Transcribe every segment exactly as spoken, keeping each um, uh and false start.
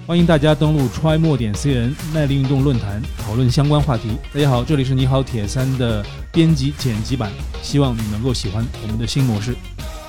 欢迎大家登录 try more 点 cn 耐力运动论坛讨论相关话题。大家好，这里是你好铁三的编辑剪辑版，希望你能够喜欢我们的新模式。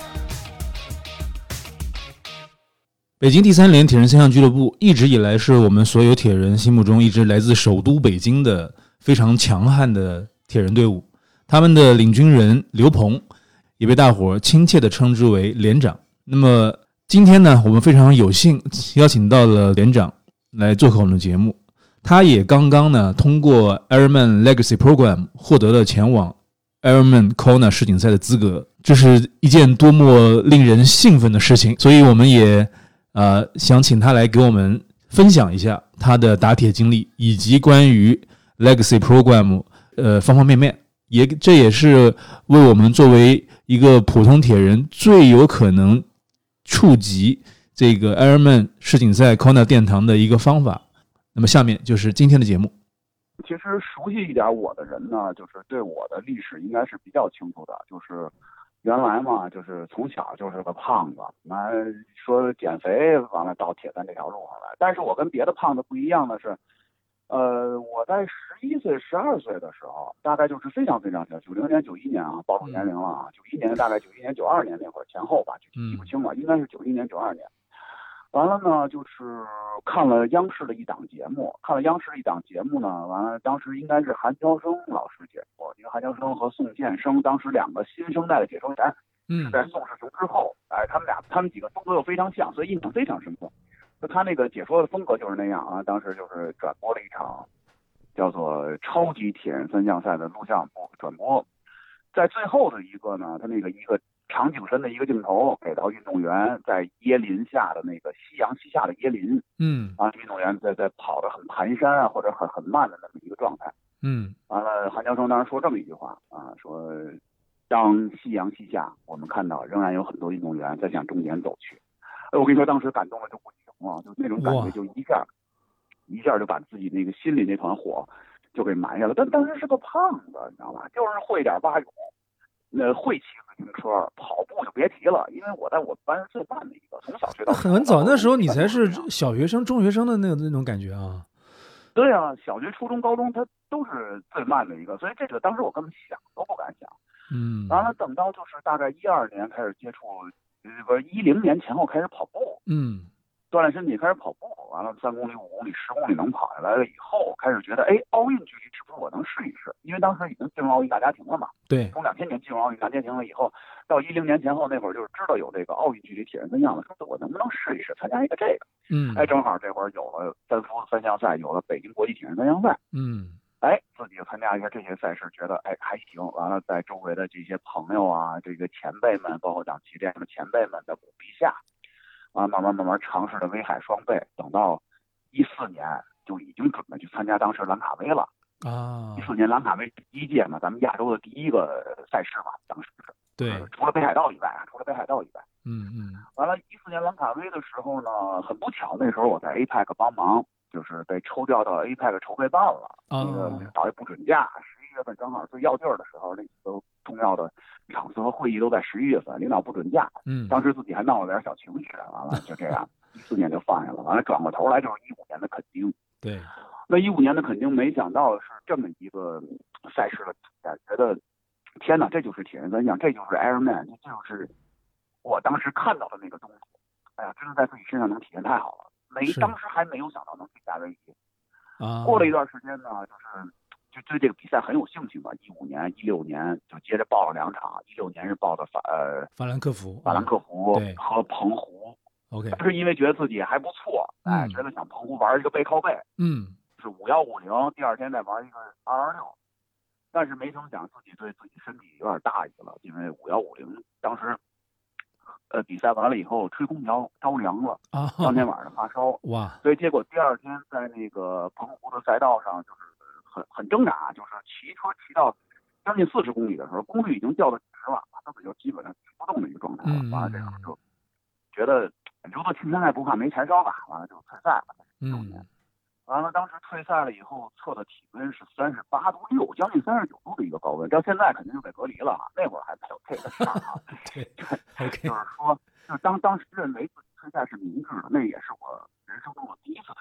北京第三联铁人三项俱乐部一直以来是我们所有铁人心目中一支来自首都北京的非常强悍的铁人队伍，他们的领军人刘鹏也被大伙亲切地称之为连长。那么今天呢，我们非常有幸邀请到了连长来做客我们的节目。他也刚刚呢通过 Ironman Legacy Program 获得了前往 Ironman Kona 世锦赛的资格，这是一件多么令人兴奋的事情，所以我们也呃想请他来给我们分享一下他的打铁经历，以及关于 Legacy Program 呃方方面面，也这也是为我们作为一个普通铁人最有可能触及这个 Ironman 世锦赛 Kona 殿堂的一个方法。那么下面就是今天的节目。 其实熟悉一点我的人呢，就是对我的历史应该是比较清楚的，就是原来嘛，就是从小就是个胖子，那说减肥完了到铁三这条路上来。但是我跟别的胖子不一样的是，呃，我在十一岁、十二岁的时候，大概就是非常非常小，九零年、九一年啊，暴露年龄了啊，九一年大概九一年、九二年那会儿前后吧，具体记不清了，应该是九一年、九二年。完了呢，就是看了央视的一档节目，看了央视的一档节目呢，完了当时应该是韩乔生老师解说，因为韩乔生和宋建生当时两个新生代的解说员，是在宋世雄之后，哎，他们俩他们几个风格又非常像，所以印象非常深刻。就他那个解说的风格就是那样啊，当时就是转播了一场叫做超级铁人三项赛的录像播转播，在最后的一个呢，他那个一个长景深的一个镜头给到运动员在椰林下的那个夕阳西下的椰林， 嗯啊，运动员在在跑得很蹒跚啊，或者很很慢的那么一个状态。 嗯， 完了，韩乔生当时说这么一句话啊，说当夕阳西下，我们看到仍然有很多运动员在向终点走去。哎，我跟你说，当时感动的就不行了，就那种感觉，就一下一下就把自己那个心里那团火就给埋下了。但当时是个胖子，你知道吧？就是会点蛙泳。那会骑自行车，跑步就别提了，因为我在我们班是最慢的一个，从小学到很早，那时候你才是小学生、中学生的那那种感觉啊。 对啊，小学、初中、高中他都是最慢的一个，所以这个当时我根本想都不敢想。 嗯， 完了，等到就是大概一二年开始接触，不是一零年前后开始跑步， 嗯， 锻炼身体，开始跑步，完了三公里、五公里、十公里能跑下来了以后，开始觉得，哎，奥运距离是不是我能试一试？因为当时已经进入奥运大家庭了嘛。 对， 从两千年进入奥运大家庭了以后，到一零年前后那会儿，就是知道有这个奥运距离铁人三项了，说我能不能试一试参加一个这个？ 嗯， 哎，正好这会儿有了三伏三项赛，有了北京国际铁人三项赛， 嗯， 哎，自己参加一下这些赛事，觉得哎还行。完了，在周围的这些朋友啊，这个前辈们，包括长骑这样的前辈们的鼓励下，啊，慢慢慢慢尝试的威海双倍，等到一四年就已经准备去参加当时兰卡威了。 啊， 一四年兰卡威第一届嘛，咱们亚洲的第一个赛事嘛，当时是对， 除了北海道以外啊，除了北海道以外， 嗯嗯， 完了，一四年兰卡威的时候呢，很不巧，那时候我在 A P E C 帮忙，就是被抽调到 A P E C 筹备办了， 哦、 那个领导也不准假，十一月份正好最要劲儿的时候，那几个重要的场次和会议都在十一月份，领导不准假， 嗯， 当时自己还闹了点小情绪，完了就这样，一四年就放下了，完了转过头来就是一五年的垦丁， 对。 那一五年的肯定没想到是这么一个赛事的体验，觉得天哪，这就是铁人三项，这就是 Ironman， 这就是我当时看到的那个东西。哎呀，真是在自己身上能体验太好了，没当时还没有想到能去夏威夷。 啊， 过了一段时间呢，就是就对这个比赛很有兴趣嘛。一五年、一六年就接着报了两场，一六年是报的法呃法兰克福、 法兰克福对和澎湖。 OK， 是因为觉得自己还不错，哎， 嗯、 觉得想澎湖玩一个背靠背。 嗯。 是五幺五零，第二天再玩一个二二六，但是没成想自己对自己身体有点大意了，因为五幺五零当时，呃，比赛完了以后吹空调着凉了，啊，当天晚上发烧， 哇， 所以结果第二天在那个澎湖的赛道上就是很很挣扎，就是骑车骑到将近四十公里的时候，功率已经掉到几十瓦了，根本就基本上骑不动的一个状态了。完了这会儿就觉得留得青山在，不怕没柴烧吧，完了就退赛了。 嗯。 完了，当时退赛了以后，测的体温是三十八度六，将近三十九度的一个高温。到现在肯定就被隔离了啊，那会儿还没有这个事儿啊。 对，OK， 就是说，就当当时认为自己退赛是明智的，那也是我人生中的第一次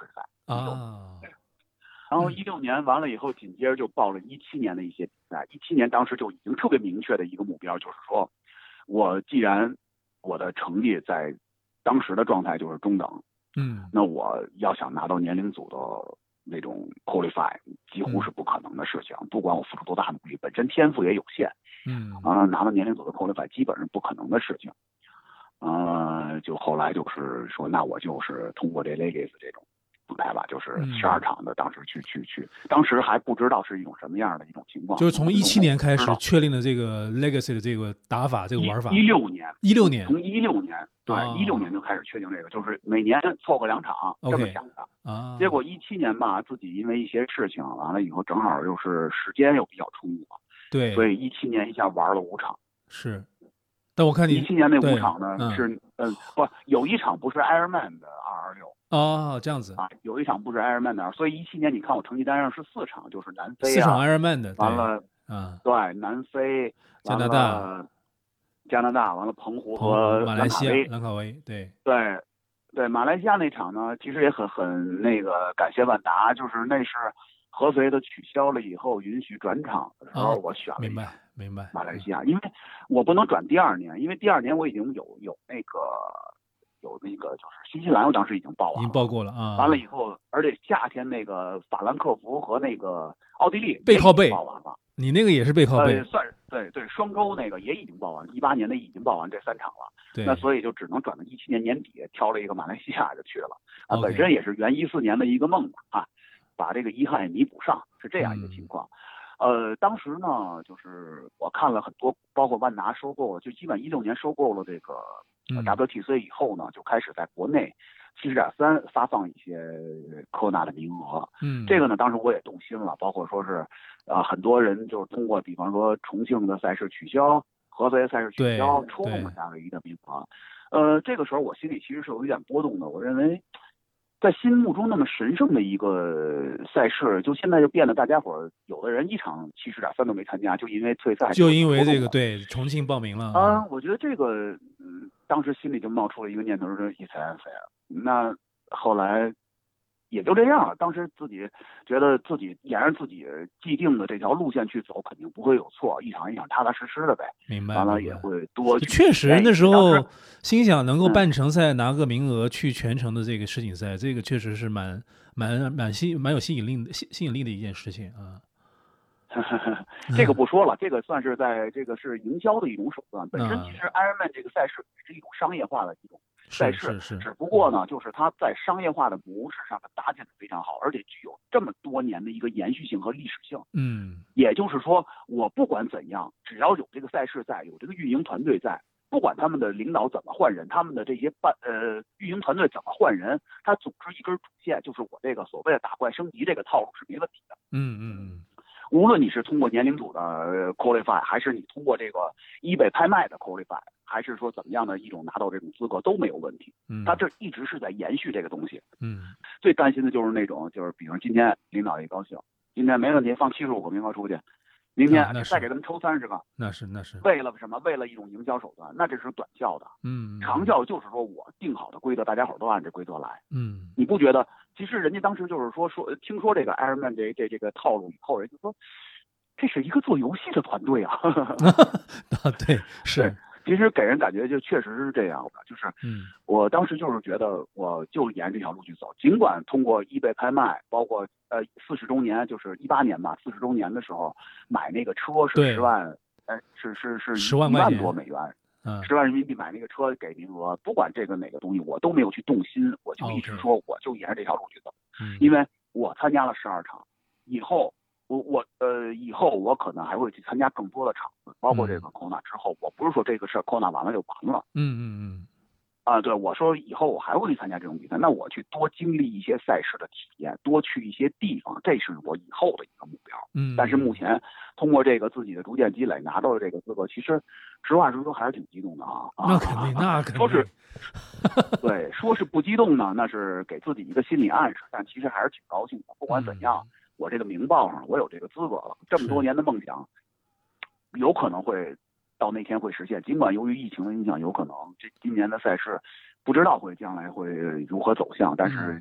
啊。 然后一六年完了以后，紧接着就报了一七年的一些比赛。一七年当时就已经特别明确的一个目标，就是说，我既然我的成绩在当时的状态就是中等， 嗯， 那我要想拿到年龄组的那种 qualify， 几乎是不可能的事情。嗯、不管我付出多大努力，本身天赋也有限， 嗯啊、呃，拿到年龄组的 qualify 基本是不可能的事情。呃，就后来就是说，那我就是通过这 Legacy 这种舞台吧，就是十二场的，当时去去去，当时还不知道是一种什么样的一种情况。 就是从一七年开始确定了这个 Legacy 的这个打法，这个玩法。 一六年， 一六年， 从一六年对一六、哦、年就开始确定这个，就是每年凑个两场、okay, 这么想的啊。结果一七年吧，自己因为一些事情完了以后，正好又是时间又比较充裕了， 对， 所以一七年一下玩了五场。 是。但我看你一七年那五场呢、嗯、是嗯不有一场不是 Ironman 的二二六哦，这样子啊，有一场不是 Ironman 的，所以一七年你看我成绩单上是四场，就是南非、啊、 四场 Ironman 的， 完了啊， 对，南非、 加拿大、 加拿大，完了澎湖和马来西亚、兰卡威，对对对，马来西亚那场呢，其实也很很那个感谢万达，就是那是合肥的取消了以后允许转场的时候，我选了、 哦、明白明白马来西亚，因为我不能转第二年，因为第二年我已经有有那个有那个就是新西兰，我当时已经报完了， 已经报过了啊。 完了以后，而且夏天那个法兰克福和那个奥地利背靠背报完了， 你那个也是背靠背， 呃、算是对对，双周那个也已经报完，一八年的已经报完这三场了， 对， 那所以就只能转到一七年年底，挑了一个马来西亚就去了啊， okay. 本身也是圆一四年的一个梦吧啊，把这个遗憾也弥补上，是这样一个情况。嗯、呃，当时呢，就是我看了很多，包括万达收购了，就基本一六年收购了这个 W T C 以后呢，嗯、就开始在国内七十点三发放一些科纳的名额。 嗯， 这个呢，当时我也动心了，包括说是，呃，很多人就是通过，比方说重庆的赛事取消，合肥的赛事取消，抽中了夏威夷的名额。呃，这个时候我心里其实是有一点波动的，我认为。在心目中那么神圣的一个赛事，就现在就变得大家伙儿有的人一场七十点三都没参加，就因为退赛， 就因为这个对重庆报名了啊。我觉得这个，嗯，当时心里就冒出了一个念头，说一赛赛。那后来也就这样了。当时自己觉得自己沿着自己既定的这条路线去走，肯定不会有错，一场一场踏踏实实的呗。 明白。 完了也会多。 确实那时候心想能够办成赛、嗯、拿个名额去全程的这个世锦赛，这个确实是蛮蛮蛮吸蛮有吸引力的吸吸引力的一件事情啊。 这个不说了，这个算是在这个是营销的一种手段。本身其实 Ironman 这个赛事是一种商业化的一种赛事， 是是是， 只不过呢，就是它在商业化的模式上它搭建的非常好，而且具有这么多年的一个延续性和历史性。 嗯， 也就是说，我不管怎样，只要有这个赛事在，有这个运营团队在，不管他们的领导怎么换人，他们的这些办呃运营团队怎么换人，它总之一根主线，就是我这个所谓的打怪升级这个套路是没问题的。 嗯嗯嗯。 无论你是通过年龄组的 qualify， 还是你通过这个 eBay 拍卖的 qualify， 还是说怎么样的一种拿到这种资格都没有问题。 嗯， 他这一直是在延续这个东西。 嗯， 最担心的就是那种，就是比如今天领导一高兴，今天没问题，放七十五个名额出去，明天再给他们抽三十个， 那是那是为了什么？为了一种营销手段，那这是短效的。 嗯， 长效就是说我定好的规则，大家伙都按这规则来。 嗯， 你不觉得？其实人家当时就是说说，听说这个 Ironman 这这这个套路以后，人就说。这是一个做游戏的团队啊！ 啊，对，是， 其实给人感觉就确实是这样的，就是， 嗯， 我当时就是觉得，我就沿这条路去走，尽管通过eBay拍卖，包括呃四十周年，就是一八年吧，四十周年的时候买那个车是十万，哎，是是是十万一万多美元， 嗯， 十万人民币买那个车给名额，不管这个哪个东西，我都没有去动心，我就一直说我就沿着这条路去走， 嗯， 因为我参加了十二场，以后。我我呃，以后我可能还会去参加更多的场子，包括这个 Kona 之后，我不是说这个事儿 Kona 完了就完了。 嗯嗯嗯。 啊，对，我说以后我还会去参加这种比赛，那我去多经历一些赛事的体验，多去一些地方，这是我以后的一个目标。 嗯。 但是目前通过这个自己的逐渐积累，拿到了这个资格，其实实话实说还是挺激动的啊。 那肯定，那肯定。 说是，对，说是不激动呢，那是给自己一个心理暗示，但其实还是挺高兴的。不管怎样。嗯，我这个名报上，我有这个资格了，这么多年的梦想，有可能会到那天会实现。尽管由于疫情的影响，有可能这今年的赛事不知道会将来会如何走向，但是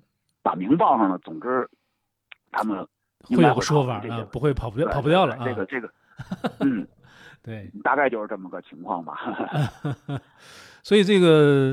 把名报上了。总之，他们会有个说法啊，不会跑不掉，跑不掉了啊。 这个这个，嗯， 对， 大概就是这么个情况吧。 所以这个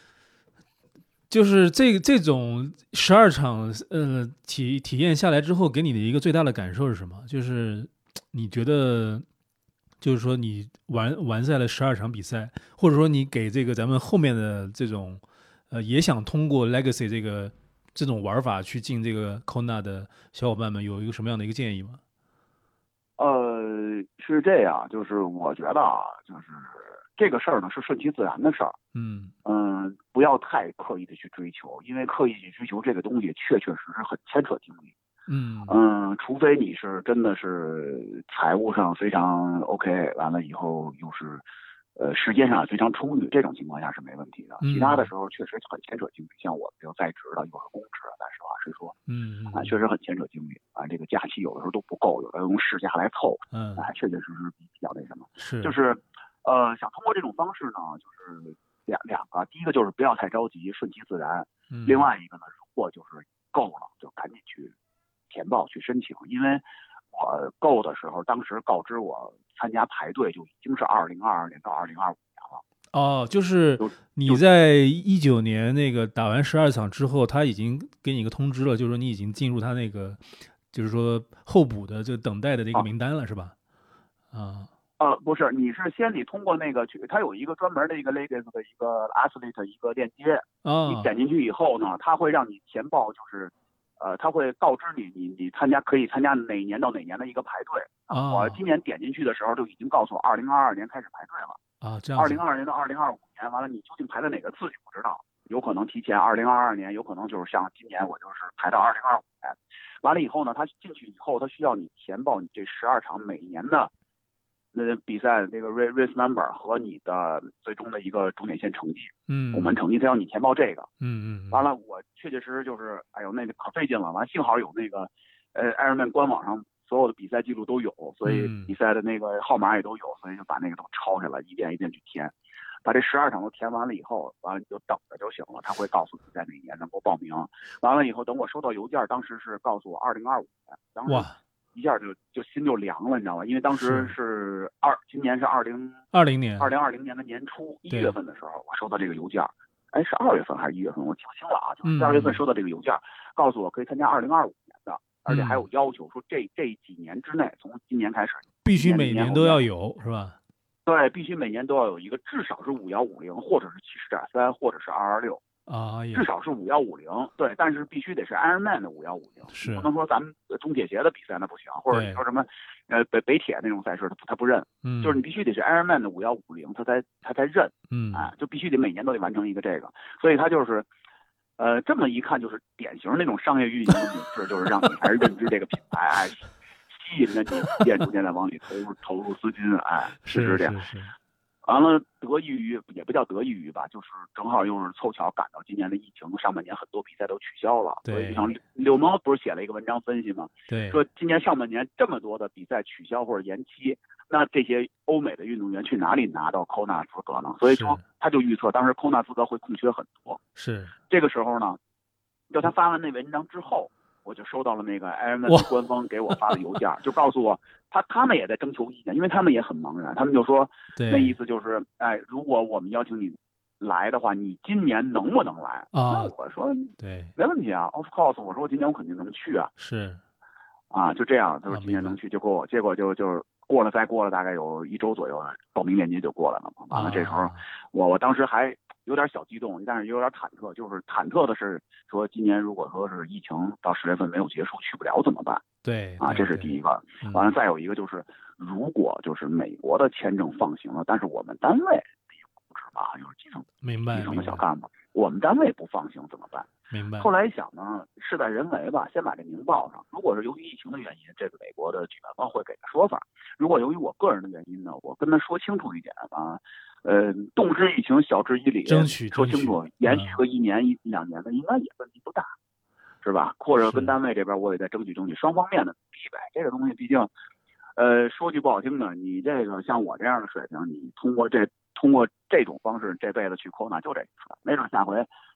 就是这这种十二场呃体体验下来之后，给你的一个最大的感受是什么？就是你觉得，就是说你完完赛了十二场比赛，或者说你给这个咱们后面的这种呃也想通过 Legacy 这个这种玩法去进这个 Kona 的小伙伴们，有一个什么样的一个建议吗？ 呃，是这样，就是我觉得啊，就是这个事儿呢是顺其自然的事儿。 嗯嗯，不要太刻意的去追求，因为刻意去追求这个东西，确确实实很牵扯精力。 嗯嗯，除非你是真的是财务上非常 OK， 完了以后又是呃时间上非常充裕，这种情况下是没问题的。其他的时候确实很牵扯精力，像我这个在职的又是公职，但实话实说， 嗯啊，确实很牵扯精力啊。这个假期有的时候都不够，有的用事假来凑， 嗯， 啊，确确实实比较那什么， 是就是呃想通过这种方式呢，就是两两个，第一个就是不要太着急，顺其自然。 嗯、 另外一个呢，如果就是够了，就赶紧去填报去申请，因为我够的时候，当时告知我参加排队就已经是二零二二年到二零二五年了。 哦，就是你在一九年那个打完十二场之后，他已经给你一个通知了，就是说你已经进入他那个，就是说候补的就等待的那个名单了，啊、是吧？啊。 呃，不是，你是先你通过那个去，它有一个专门的一个 Legacy 的一个 Athlete 一个链接， 哦、 你点进去以后呢，它会让你填报，就是呃，它会告知你你你参加可以参加哪年到哪年的一个排队。 哦、 我今年点进去的时候就已经告诉我，二零二二年开始排队了。 啊，这样。 二零二二年到二零二五年，完了你究竟排在哪个次序不知道，有可能提前二零二二年，有可能就是像今年我就是排到二零二五年。完了以后呢，他进去以后，他需要你填报你这十二场每年的。那比赛的这个 race number 和你的最终的一个终点线成绩， 嗯， 我们成绩他要你填报这个， 嗯嗯， 完了我确确实实就是，哎呦那个可费劲了，完幸好有那个，呃 Ironman 官网上所有的比赛记录都有，所以比赛的那个号码也都有，所以就把那个都抄下来，一遍一遍去填，把这十二场都填完了以后，完了你就等着就行了，他会告诉你在哪年能够报名，完了以后等我收到邮件，当时是告诉我二零二五年，当时。 哇。 一下就就心就凉了，你知道吗？因为当时是二，今年是二零二零年， 二零二零年的年初一月份的时候，我收到这个邮件，哎，是二月份还是一月份？我记不清了啊。就是二月份收到这个邮件，嗯、告诉我可以参加二零二五年的，而且还有要求说这这几年之内，从今年开始必须每年都要有，是吧？ 对，必须每年都要有一个，至少是五幺五零，或者是七十点三，或者是二二六。 啊， 至少是五幺五零，对，但是必须得是 Ironman 的五幺五零， 是不能说咱们中铁协的比赛那不行，或者你说什么呃北北铁那种赛事，他他不认， 嗯， 就是你必须得是 Ironman 的五幺五零，他才他才认， 嗯， 啊，就必须得每年都得完成一个这个，所以他就是，呃，这么一看就是典型那种商业运营的模式，就是让你还是认知这个品牌，哎，吸引着你逐渐逐渐的往里投入投入资金，哎， 是这样。 是是完了，得益于也不叫得益于吧，就是正好又是凑巧赶到今年的疫情，上半年很多比赛都取消了，所以像柳猫不是写了一个文章分析吗？ 对， 说今年上半年这么多的比赛取消或者延期，那这些欧美的运动员去哪里拿到 Kona 资格呢？所以说他就预测当时 Kona 资格会空缺很多。 是这个时候呢，就他发完那文章之后，我就收到了那个 Ironman 官方给我发的邮件，就告诉我他他们也在征求意见，因为他们也很茫然，他们就说那意思就是，哎，如果我们邀请你来的话，你今年能不能来？ 啊， 我说对， 没问题啊 ，of course，我说我今年我肯定能去啊。 是， 啊，就这样，就是今年能去，结果我结果就就是过了，再过了大概有一周左右，报名链接就过来了嘛。完了，这时候我我当时还有点小激动，但是也有点忐忑，就是忐忑的是说，今年如果说是疫情到十月份没有结束，去不了怎么办？ 对， 啊，这是第一个。完了，再有一个就是，如果就是美国的签证放行了，但是我们单位不是吧，就是基层明白基层的小干部，我们单位不放行怎么办？ 明白。 后来一想呢，事在人为吧，先把这名报上。如果是由于疫情的原因，这个美国的举办方会给个说法；如果由于我个人的原因呢，我跟他说清楚一点啊，呃，动之以情，晓之以理， 争取说清楚，延续个一年一一两年的，应该也问题不大。是吧？或者跟单位这边我也在争取争取双方面的努力呗。这个东西毕竟，呃，说句不好听的，你这个像我这样的水平，你通过这通过这种方式这辈子去Kona就这一次，没准下回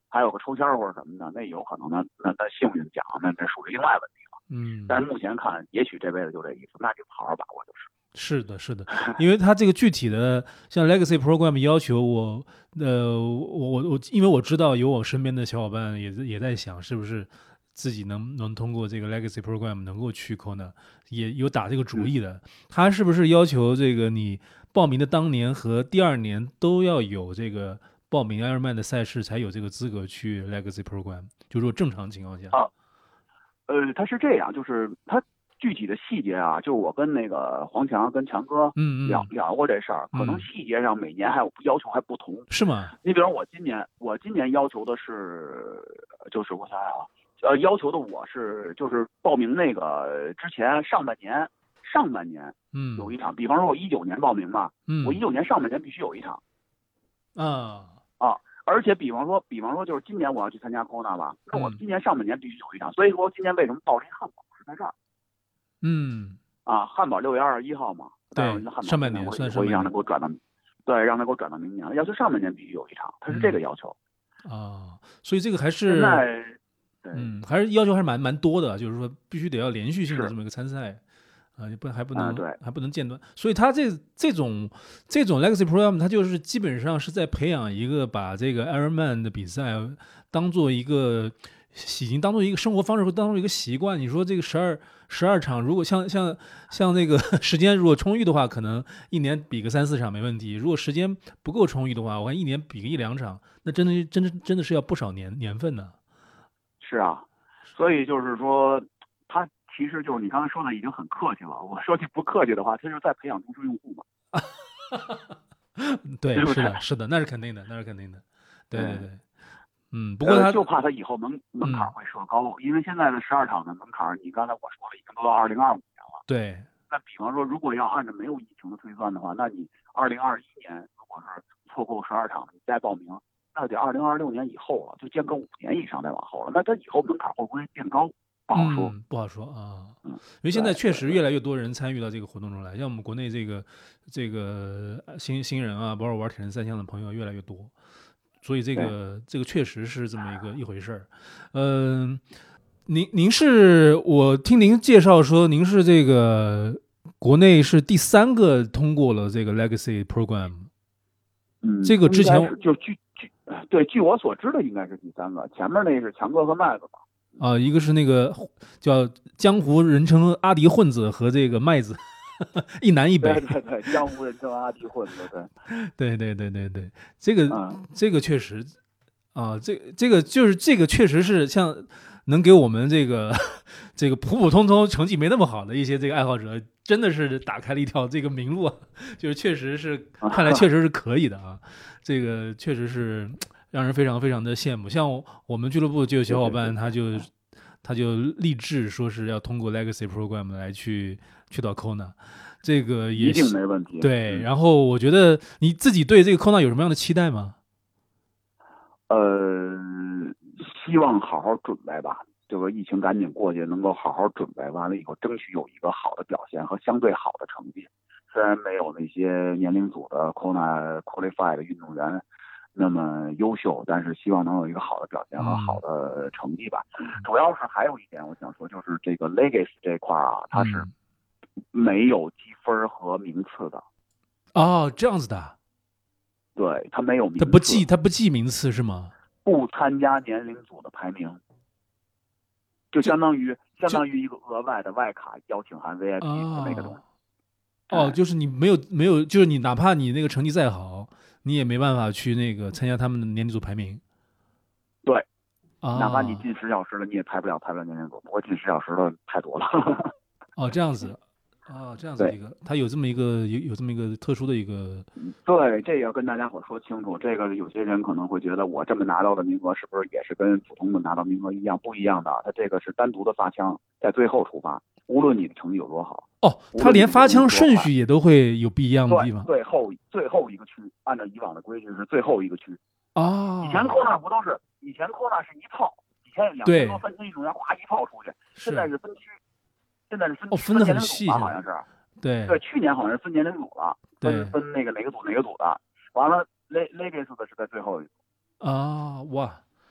还有个抽签或者什么的，那有可能呢，那那幸运奖那那属于另外问题了。 嗯， 但是目前看，也许这辈子就这意思，那就好好把握就是。 是的，是的，因为它这个具体的像 Legacy Program 要求我，呃，我我我，因为我知道有我身边的小伙伴也也在想，是不是自己能能通过这个 Legacy Program 能够去 Kona， 也有打这个主意的。他是不是要求这个你报名的当年和第二年都要有这个报名 Ironman 的赛事，才有这个资格去 Legacy Program？就如果正常情况下， 啊，呃，他是这样，就是他。具体的细节啊，就我跟那个黄强跟强哥聊、嗯嗯、聊过这事儿，可能细节上每年还有要求还不同， 是吗？ 你比如我今年，我今年要求的是，就是我想想啊，呃，要求的我是就是报名那个之前上半年上半年嗯有一场，嗯、比方说我一九年报名嘛，嗯，我一九年上半年必须有一场， 啊啊。而且，比方说，比方说，就是今年我要去参加 Kona 吧，那我今年上半年必须有一场，所以说今年为什么报这汉堡是在这儿？ 嗯， 啊，汉堡六月二十一号嘛， 对， 汉堡上半年算我会让他给我转到，对，让他给我转到明年了。要求上半年必须有一场，他是这个要求。 嗯、啊，所以这个还是现在， 嗯，还是要求还是蛮蛮多的，就是说必须得要连续性的这么一个参赛。啊，你不还不能、 啊、对， 还不能间断，所以他这这种这种 Legacy Program， 它就是基本上是在培养一个把这个 Ironman 的比赛当做一个已经当做一个生活方式，或当做一个习惯。你说这个十二十二场，如果像像像那个时间如果充裕的话，可能一年比个三四场没问题；如果时间不够充裕的话，我看一年比个一两场，那真的真的真的是要不少年年份呢。 是啊，所以就是说他。其实就是你刚才说的已经很客气了，我说句不客气的话，他就是在培养忠实用户嘛。 对， 对是的，是的，那是肯定的，那是肯定的。对对对，嗯，不过他、 呃、就怕他以后门门槛会设高、嗯，因为现在的十二场的门槛，你刚才我说了，已经都到二零二五年了。 对。 那比方说，如果要按照没有疫情的推算的话，那你二零二一年如果是错过十二场，你再报名，那得二零二六年以后了，就间隔五年以上再往后了。那他以后门槛会不会变高？不好说、 嗯，不好说啊，因为现在确实越来越多人参与到这个活动中来，像我们国内这个这个新新人啊，包括玩铁人三项的朋友越来越多，所以这个这个确实是这么一个一回事儿。嗯、呃，您您是我听您介绍说您是这个国内是第三个通过了这个 Legacy Program， 嗯， 这个之前就据据对据我所知的应该是第三个，前面那是强哥和麦子吧。 啊、呃，一个是那个叫江湖人称阿迪混子和这个麦子，一南一北。 对对对，江湖人称阿迪混子， 对，对对对对对，这个、 嗯、 这个确实啊、呃，这这个就是这个确实是像能给我们这个这个普普通通成绩没那么好的一些这个爱好者，真的是打开了一条这个明路啊，就是确实是看来确实是可以的啊，这个确实是。让人非常非常的羡慕，像我们俱乐部就有小伙伴，他就他就立志说是要通过 Legacy Program 来去去到 Kona， 这个也一定没问题。 对，然后我觉得你自己对这个 Kona 有什么样的期待吗？ 呃，希望好好准备吧，这个疫情赶紧过去，能够好好准备，完了以后争取有一个好的表现和相对好的成绩。虽然没有那些年龄组的 Kona Qualify 的运动员那么优秀，但是希望能有一个好的表现和好的成绩吧。嗯、主要是还有一点我想说，就是这个 Legacy 这块啊，它是没有积分和名次的。 哦，这样子的。 对，它没有名次。 它不记，它不记名次是吗？ 不参加年龄组的排名，就相当于相当于一个额外的外卡邀请函 V I P 的那个东西。 哦，哦就是你没有没有，就是你哪怕你那个成绩再好。你也没办法去那个参加他们的年龄组排名， 对， 啊， 哪怕你进十小时了，你也排不了排不了年龄组。不过进十小时的太多了。 哦，这样子，哦，这样子一个，它有这么一个有有这么一个特殊的一个。 对，这也要跟大家伙说清楚。这个有些人可能会觉得我这么拿到的名额是不是也是跟普通的拿到名额一样？不一样的，它这个是单独的发枪，在最后出发，无论你的成绩有多好。 哦，他连发枪顺序也都会有不一样的地方。 最后最后一个区，按照以往的规矩是最后一个区。 哦， 以前Kona不都是？以前Kona是一炮，以前有两千多分区运动员，哗一炮出去。现在是分区，现在是分区， 哦，分得很细， 好像是。 对对，去年好像是分年龄组了，分分那个哪个组哪个组的。完了 ，Legacy 的是在最后一组。 啊，哇！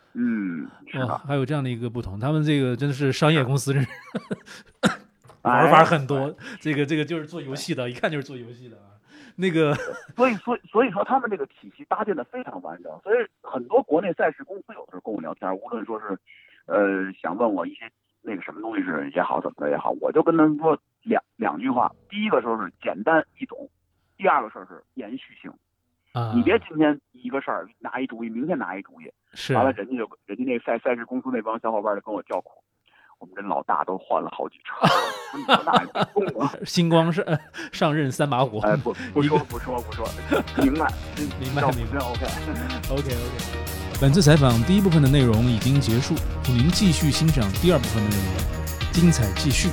嗯，是的， 还有这样的一个不同，他们这个真的是商业公司，玩法很多。这个这个就是做游戏的，一看就是做游戏的啊。那个， 所以所以所以说他们这个体系搭建的非常完整，所以很多国内赛事公司有的时候跟我聊天，无论说是呃想问我一些那个什么东西是也好怎么的也好，我就跟他们说两两句话，第一个时候是简单易懂，第二个事儿是延续性。 啊， 你别今天一个事儿拿一主意，明天拿一主意， 是完了人家就人家那赛赛事公司那帮小伙伴就跟我叫苦，我们这老大都换了好几茬，你说那也不动啊。 星光是上任三把火， 哎，不不说不说不说，明白明白明白 ，OK OK OK。 本次采访第一部分的内容已经结束，请您继续欣赏第二部分的内容，精彩继续。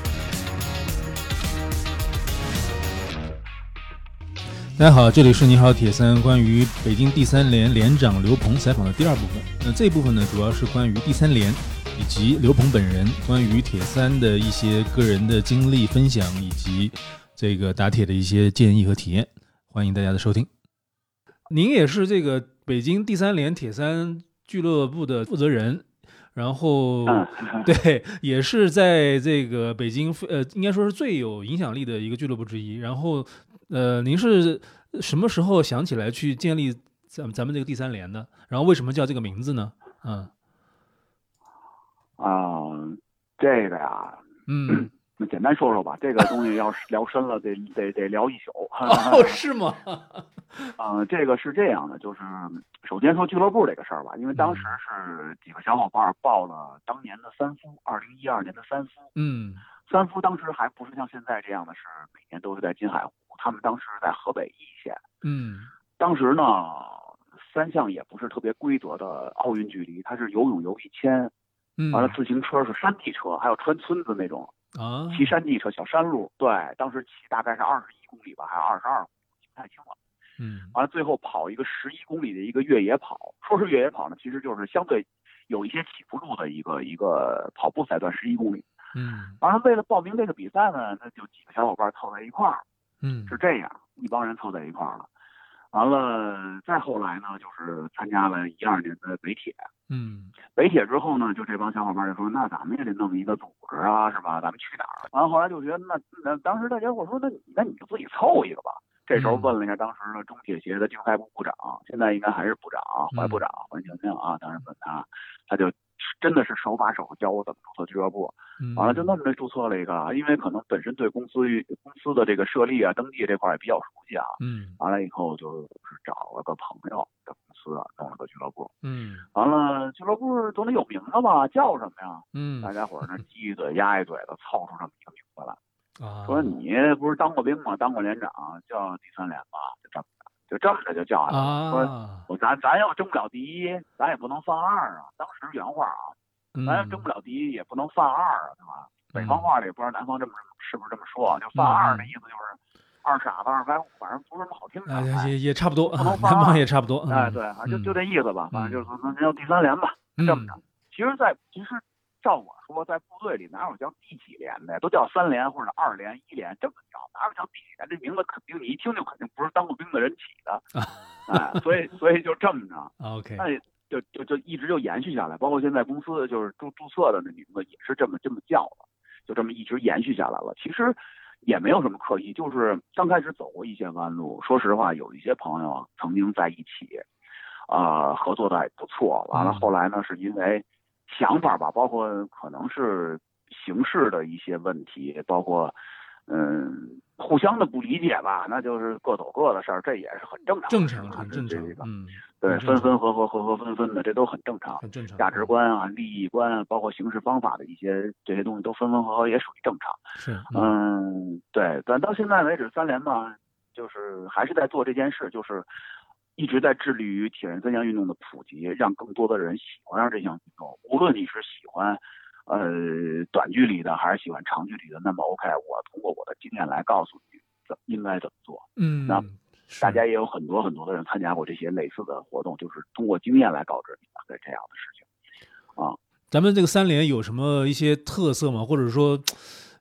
大家好，这里是你好铁三关于北京第三联联长刘鹏采访的第二部分。那这一部分呢，主要是关于第三联以及刘鹏本人关于铁三的一些个人的经历分享，以及这个打铁的一些建议和体验。欢迎大家的收听。 您也是这个北京第三联铁三俱乐部的负责人，然后、嗯、对，也是在这个北京呃，应该说是最有影响力的一个俱乐部之一。然后呃，您是什么时候想起来去建立咱们咱们这个第三联的？然后为什么叫这个名字呢？嗯， 啊、呃，这个呀， 嗯， 那简单说说吧。这个东西要是聊深了，得得得聊一宿。 哦，是吗？ 呃，这个是这样的，就是首先说俱乐部这个事儿吧，因为当时是几个小伙伴报了当年的三夫，二零一二年的三夫。 嗯， 三夫当时还不是像现在这样的是每年都是在金海湖。他们当时在河北易县， 嗯， 当时呢，三项也不是特别规则的奥运距离，它是游泳游一千， 嗯， 完了自行车是山地车，还有穿村子那种啊， 骑山地车小山路，对，当时骑大概是二十一公里吧，还是二十二公里，记不太清了。 嗯， 完了最后跑一个十一公里的一个越野跑，说是越野跑呢，其实就是相对有一些起伏路的一个一个跑步赛段，十一公里。 嗯， 完了为了报名这个比赛呢，那就几个小伙伴凑在一块儿。 嗯， 是这样，一帮人凑在一块儿了。完了，再后来呢，就是参加了一二年的北铁。 嗯， 北铁之后呢，就这帮小伙伴就说，那咱们也得弄一个组织啊，是吧？咱们去哪儿？完了后来就觉得，那那当时大家伙说，那你那你就自己凑一个吧。这时候问了一下当时的中铁协的竞赛部部长，现在应该还是部长怀部长环球庆啊，当时问他，他就真的是手把手教我怎么注册俱乐部。完了就那么注册了一个，因为可能本身对公司公司的这个设立啊、登记这块也比较熟悉啊。 嗯， 完了以后就是找了个朋友的公司啊，弄了个俱乐部。 嗯， 完了俱乐部总得有名字吧，叫什么呀？ 嗯， 大家伙儿呢鸡一嘴鸭一嘴的凑出这么一个名字来。 啊， 说你不是当过兵吗？当过连长，叫第三连吧，就这么着，就这么着就叫下来了。 啊、 说我咱咱要争不了第一，咱也不能犯二啊。当时原话啊，咱要争不了第一，也不能犯二啊，对吧？北方话里也不知道南方这么是不是这么说，就犯二的意思就是二傻子二白虎，反正不是什么好听的。 哎、也也差不多， 不能南方也差不多。 哎，对，就就这意思吧，反正就是那叫第三连吧，这么着。其实，在其实。照我说，在部队里哪有叫第几连的，都叫三连或者二连、一连这么叫，哪有叫第几连？这名字肯定你一听就肯定不是当过兵的人起的，哎，所以所以就这么着。 OK， 那就就就一直就延续下来，包括现在公司就是注注册的那名字也是这么这么叫的，就这么一直延续下来了。其实也没有什么刻意，就是刚开始走过一些弯路。说实话，有一些朋友啊曾经在一起，啊、呃，合作的还不错。完了后来呢，是因为想法吧，包括可能是形式的一些问题，包括嗯互相的不理解吧，那就是各走各的事儿，这也是很正常， 正常，很正常。 这个、 嗯， 对，分分合合，合合分分的，这都很正常， 很正常。 价值观啊、利益观啊，包括行事方法的一些这些东西都分分合合，也属于正常。 是， 嗯, 嗯，对，但到现在为止，三联嘛，就是还是在做这件事，就是。一直在致力于铁人三项运动的普及，让更多的人喜欢上这项运动。无论你是喜欢，呃，短距离的还是喜欢长距离的，那么 OK， 我通过我的经验来告诉你怎应该怎么做。 嗯， 那大家也有很多很多的人参加过这些类似的活动，就是通过经验来告知你的这样的事情。啊， 咱们这个三联有什么一些特色吗？或者说，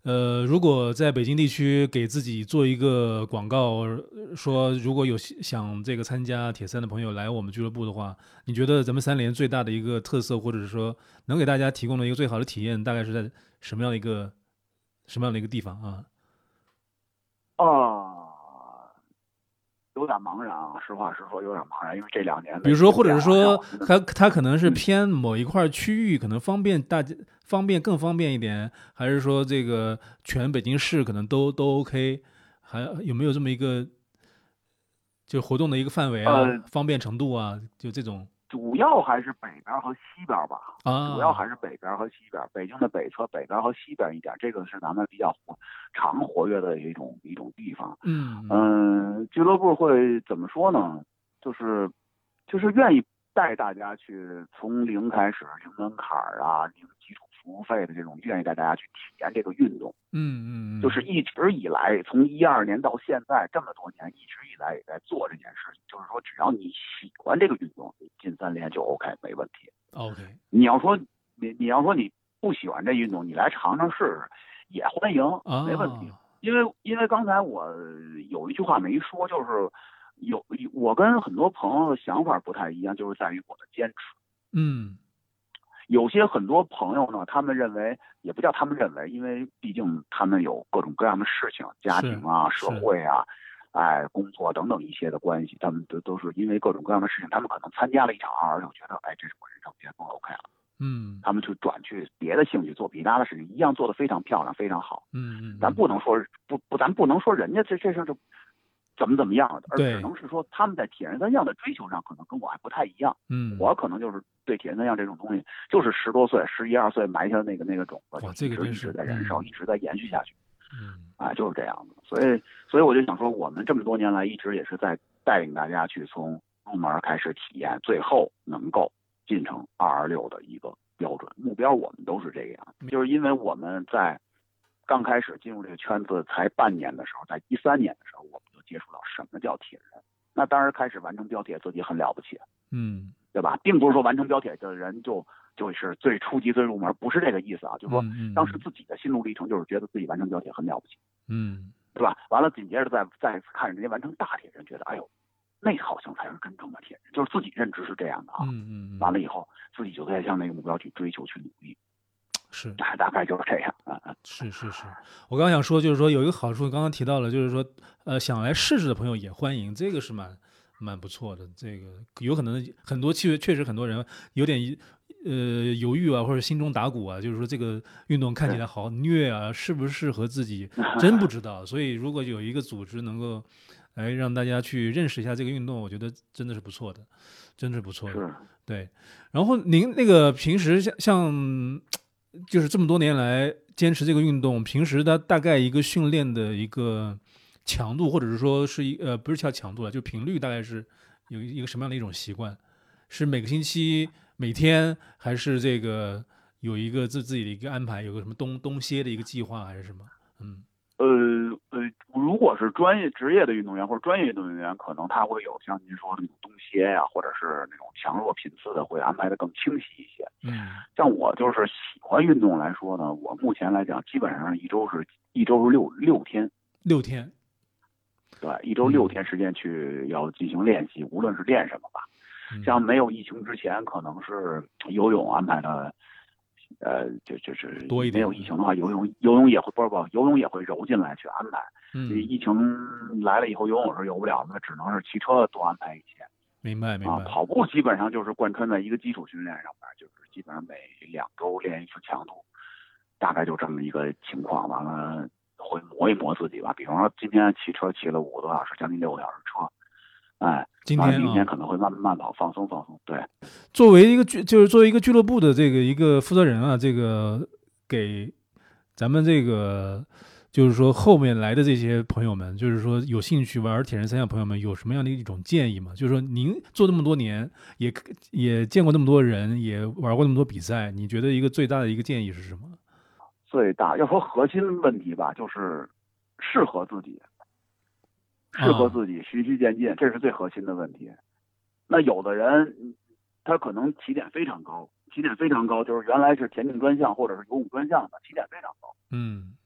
呃，如果在北京地区给自己做一个广告，说如果有想这个参加铁三的朋友来我们俱乐部的话，你觉得咱们三联最大的一个特色，或者是说能给大家提供的一个最好的体验，大概是在什么样的一个什么样的一个地方啊？ 啊。有点茫然啊，实话实说，有点茫然，因为这两年， 比如说，或者是说，它它可能是偏某一块区域，可能方便大家方便更方便一点，还是说这个全北京市可能都都 OK， 还有没有这么一个就活动的一个范围啊、呃、方便程度啊，就这种。 主要还是北边和西边吧， 啊， 主要还是北边和西边，北京的北侧北边和西边一点，这个是咱们比较活常活跃的一种一种地方。 嗯嗯、呃，俱乐部会怎么说呢？就是就是愿意带大家去从零开始，零门槛啊，零基础服务费的这种，愿意带大家去体验这个运动。 嗯嗯， 就是一直以来，从一二年到现在这么多年，一直以来也在做这件事情。就是说，只要你喜欢这个运动，你进三联就 OK， 没问题。 OK， 你要说你你要说你不喜欢这运动，你来尝尝试试也欢迎，没问题。 啊、 因为因为刚才我有一句话没说，就是有我跟很多朋友的想法不太一样，就是在于我的坚持。 嗯。 有些很多朋友呢，他们认为也不叫他们认为，因为毕竟他们有各种各样的事情，家庭啊、社会啊、哎、工作等等一些的关系，他们都都是因为各种各样的事情，他们可能参加了一场二二六，觉得哎，这是我人生巅峰 OK 了， 嗯， 他们就转去别的兴趣做其他的事情，一样做得非常漂亮，非常好。 嗯嗯， 咱不能说不不，咱不能说人家这这事就怎么怎么样的，而只能是说他们在铁人三项的追求上可能跟我还不太一样。 嗯， 我可能就是对铁人三项这种东西，就是十多岁、十一二岁埋下那个那个种子， 哇，这个一直在燃烧， 嗯、 一直在延续下去。 嗯， 啊，就是这样的。所以，所以我就想说，我们这么多年来一直也是在带领大家去从入门开始体验，最后能够进城二二六的一个标准目标，我们都是这个样。就是因为我们在刚开始进入这个圈子才半年的时候，在一三年的时候，我们就接触到什么叫铁人。那当然开始完成标铁自己很了不起， 嗯， 对吧？并不是说完成标铁的人就就是最初级最入门，不是这个意思啊。就是说当时自己的心路历程就是觉得自己完成标铁很了不起， 嗯， 对吧？完了紧接着再再看人家完成大铁人，觉得哎呦，那好像才是真正的铁人，就是自己认知是这样的啊。 嗯嗯， 完了以后自己就在向那个目标去追求去努力。 是， 大大概就是这样啊。 是是是，我刚想说，就是说有一个好处，刚刚提到了，就是说，呃，想来试试的朋友也欢迎，这个是蛮蛮不错的。这个有可能很多确确实很多人有点呃犹豫啊，或者心中打鼓啊，就是说这个运动看起来好虐啊，适不适合自己，真不知道。所以如果有一个组织能够来让大家去认识一下这个运动，我觉得真的是不错的，真是不错的。对。然后您那个平时像像。就是这么多年来坚持这个运动，平时它大概一个训练的一个强度，或者是说是一呃不是叫强度了，就频率大概是有一个什么样的一种习惯？是每个星期、每天，还是这个有一个自自己的一个安排，有个什么冬冬歇的一个计划，还是什么？嗯， 呃呃，如果是专业职业的运动员或者专业运动员，可能他会有像您说的那种冬歇呀、啊，或者是那种强弱频次的，会安排的更清晰一些。 嗯， 像我就是喜欢运动来说呢，我目前来讲，基本上一周是一周是六六天， 六天， 对，一周六天时间去要进行练习，嗯、无论是练什么吧。 嗯、 像没有疫情之前，可能是游泳安排的。呃，就就是多一点。 没有疫情的话，游泳游泳也会不是不游泳也会揉进来去安排。 嗯， 疫情来了以后，游泳是游不了，那只能是骑车多安排一些。 明白明白、 啊。跑步基本上就是贯穿在一个基础训练上面，就是基本上每两周练一次强度，大概就这么一个情况。完了会磨一磨自己吧，比方说今天骑车骑了五个多小时，将近六个小时车。哎， 今天、啊、 明天可能会慢慢跑，放松放松。对， 作为一个俱，就是作为一个俱乐部的这个一个负责人啊，这个给咱们这个就是说后面来的这些朋友们，就是说有兴趣玩铁人三项朋友们，有什么样的一种建议吗？就是说您做这么多年，也也见过那么多人，也玩过那么多比赛，你觉得一个最大的一个建议是什么？ 最大要说核心问题吧，就是适合自己。适合自己，循序渐进，这是最核心的问题。那有的人，他可能起点非常高，起点非常高，就是原来是田径专项或者是游泳专项的，起点非常高。 嗯，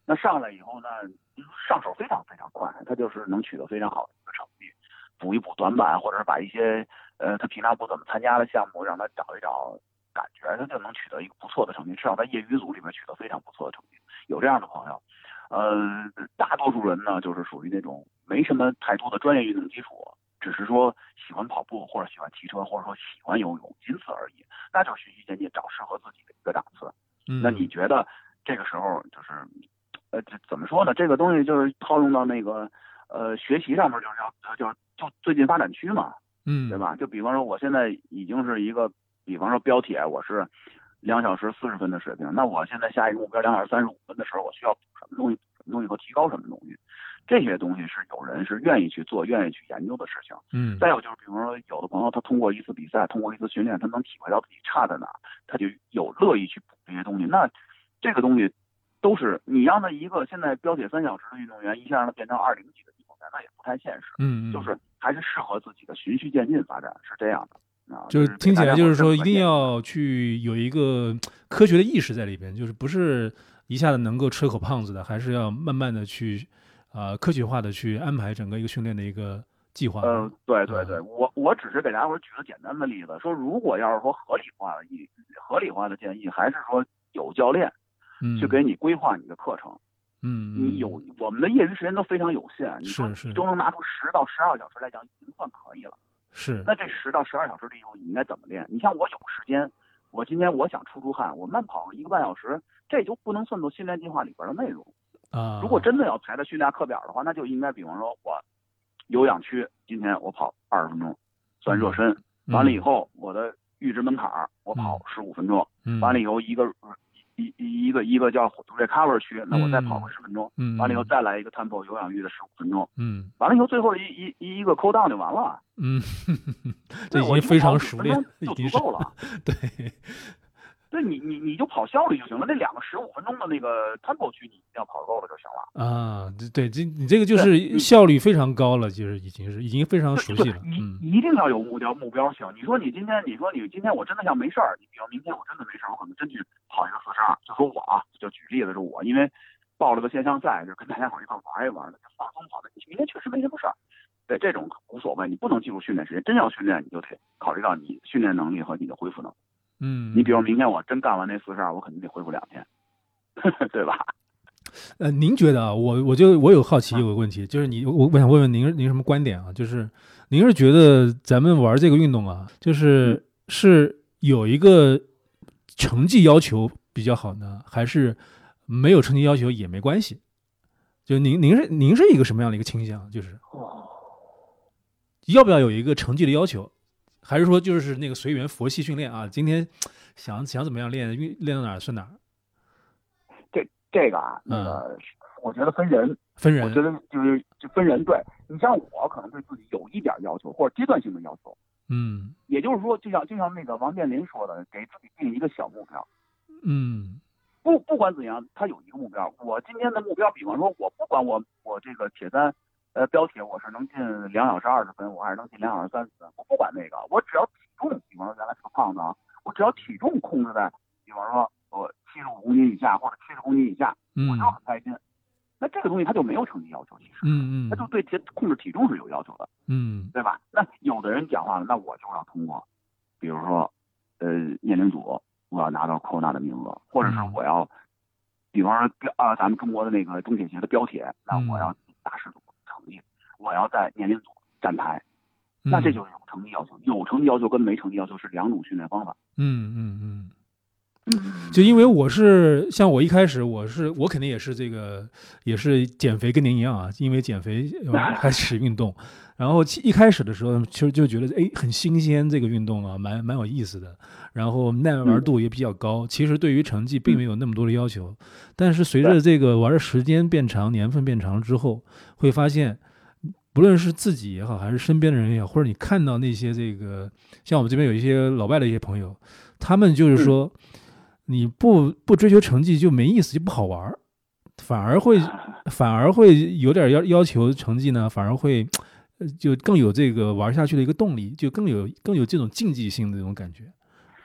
那上来以后呢，上手非常非常快，他就是能取得非常好的一个成绩，补一补短板，或者是把一些呃他平常不怎么参加的项目让他找一找感觉，他就能取得一个不错的成绩，至少在业余组里面取得非常不错的成绩。有这样的朋友，呃，大多数人呢就是属于那种没什么太多的专业运动基础，只是说喜欢跑步或者喜欢骑车或者说喜欢游泳，仅此而已。那就循序渐进，找适合自己的一个档次。 嗯， 那你觉得这个时候就是呃怎么说呢？这个东西就是套用到那个呃学习上面，就是要就是就最近发展区嘛， 嗯， 对吧？就比方说我现在已经是一个，比方说标铁我是两小时四十分的水平，那我现在下一个目标两小时三十五分的时候，我需要补什么东西？什么东西和提高什么东西？这些东西是有人是愿意去做、愿意去研究的事情。 嗯， 再有就是，比方说有的朋友他通过一次比赛，通过一次训练，他能体会到自己差在哪，他就有乐意去补这些东西。那这个东西都是你让他一个现在标铁三小时的运动员，一下让他变成二零级的运动员，那也不太现实。 嗯， 就是还是适合自己的，循序渐进发展，是这样的。啊， 就是听起来就是说一定要去有一个科学的意识在里边，就是不是一下子能够吃口胖子的，还是要慢慢的去啊、呃、科学化的去安排整个一个训练的一个计划。 呃，对对对， 嗯、 我我只是给大家伙举个简单的例子，说如果要是说合理化的意合理化的建议，还是说有教练去给你规划你的课程。 嗯， 你有我们的业余时间都非常有限，你说是是都能拿出十到十二个小时来讲，已经算可以了。 是， 那这十到十二小时里头，你应该怎么练？你像我有时间，我今天我想出出汗，我慢跑一个半小时，这就不能算作训练计划里边的内容啊。 如果真的要排在训练课表的话，那就应该比方说我有氧区，今天我跑二十分钟，算热身， 嗯、 完了以后我的阈值门槛我跑十五分钟， 嗯、 完了以后一个。一一个一个叫 recover 区，那我再跑个十分钟， 嗯， 完了以后再来一个 tempo 有氧域的十五分钟， 嗯， 完了以后最后一一一一个 cool down 就完了， 嗯，这已经非常熟练， 就足够了， 对， 对你你你就跑效率就行了，那两个十五分钟的那个 tempo 区你一定要跑够了就行了啊，对，这你这个就是效率非常高了，就是已经是已经非常熟悉了， 嗯，一定要有目标目标性。你说你今天你说你今天我真的像没事儿，你比如明天我真的没事儿，我可能真去跑一个四十二，就说我啊，就举例子是我，因为报了个线上赛，就跟大家伙一块玩一玩的，就放松跑的。你明天确实没什么事儿，对这种无所谓，你不能记录训练时间，真要训练你就得考虑到你训练能力和你的恢复能力。 嗯， 你比如明天我真干完那四十二，我肯定得恢复两天，对吧？ 呃，您觉得啊，我我就我有好奇有个问题，就是你我我想问问您您什么观点啊？就是您是觉得咱们玩这个运动啊，就是、嗯、是有一个成绩要求比较好呢，还是没有成绩要求也没关系？就您您是您是一个什么样的一个倾向？就是要不要有一个成绩的要求？还是说就是那个随缘佛系训练啊？今天想想怎么样练，练到哪儿算哪儿。 这这个啊，那个、嗯、我觉得分人， 分人， 我觉得就是就分人。对你像我可能对自己有一点要求，或者阶段性的要求。 嗯， 也就是说，就像就像那个王健林说的，给自己定一个小目标。 嗯， 不不管怎样，他有一个目标。我今天的目标，比方说，我不管我我这个铁三。呃，标铁我是能进两小时二十分，我还是能进两小时三十分，我不管那个，我只要体重，比方说原来是个胖子啊，我只要体重控制在，比方说我七十五公斤以下或者七十公斤以下，我就很开心。嗯、那这个东西它就没有成绩要求，其实， 嗯嗯， 它就对体控制体重是有要求的， 嗯， 对吧？那有的人讲话了，那我就要通过，比如说，呃，年龄组我要拿到扣纳的名额，或者是我要，嗯、比方说啊、呃，咱们中国的那个中铁协的标铁，那我要大师组。我要在年龄组站台，那这就是有成绩要求。有成绩要求跟没成绩要求是两种训练方法。 嗯嗯嗯。就因为我是像我一开始我是我肯定也是这个也是减肥跟您一样啊，因为减肥开始运动，然后一开始的时候其实就觉得哎很新鲜，这个运动啊蛮蛮有意思的，然后耐玩度也比较高。其实对于成绩并没有那么多的要求，但是随着这个玩的时间变长，年份变长之后，会发现。不论是自己也好，还是身边的人也好，或者你看到那些这个，像我们这边有一些老外的一些朋友，他们就是说，你不不追求成绩就没意思，就不好玩，反而会反而会有点要要求成绩呢，反而会就更有这个玩下去的一个动力，就更有更有这种竞技性的这种感觉啊。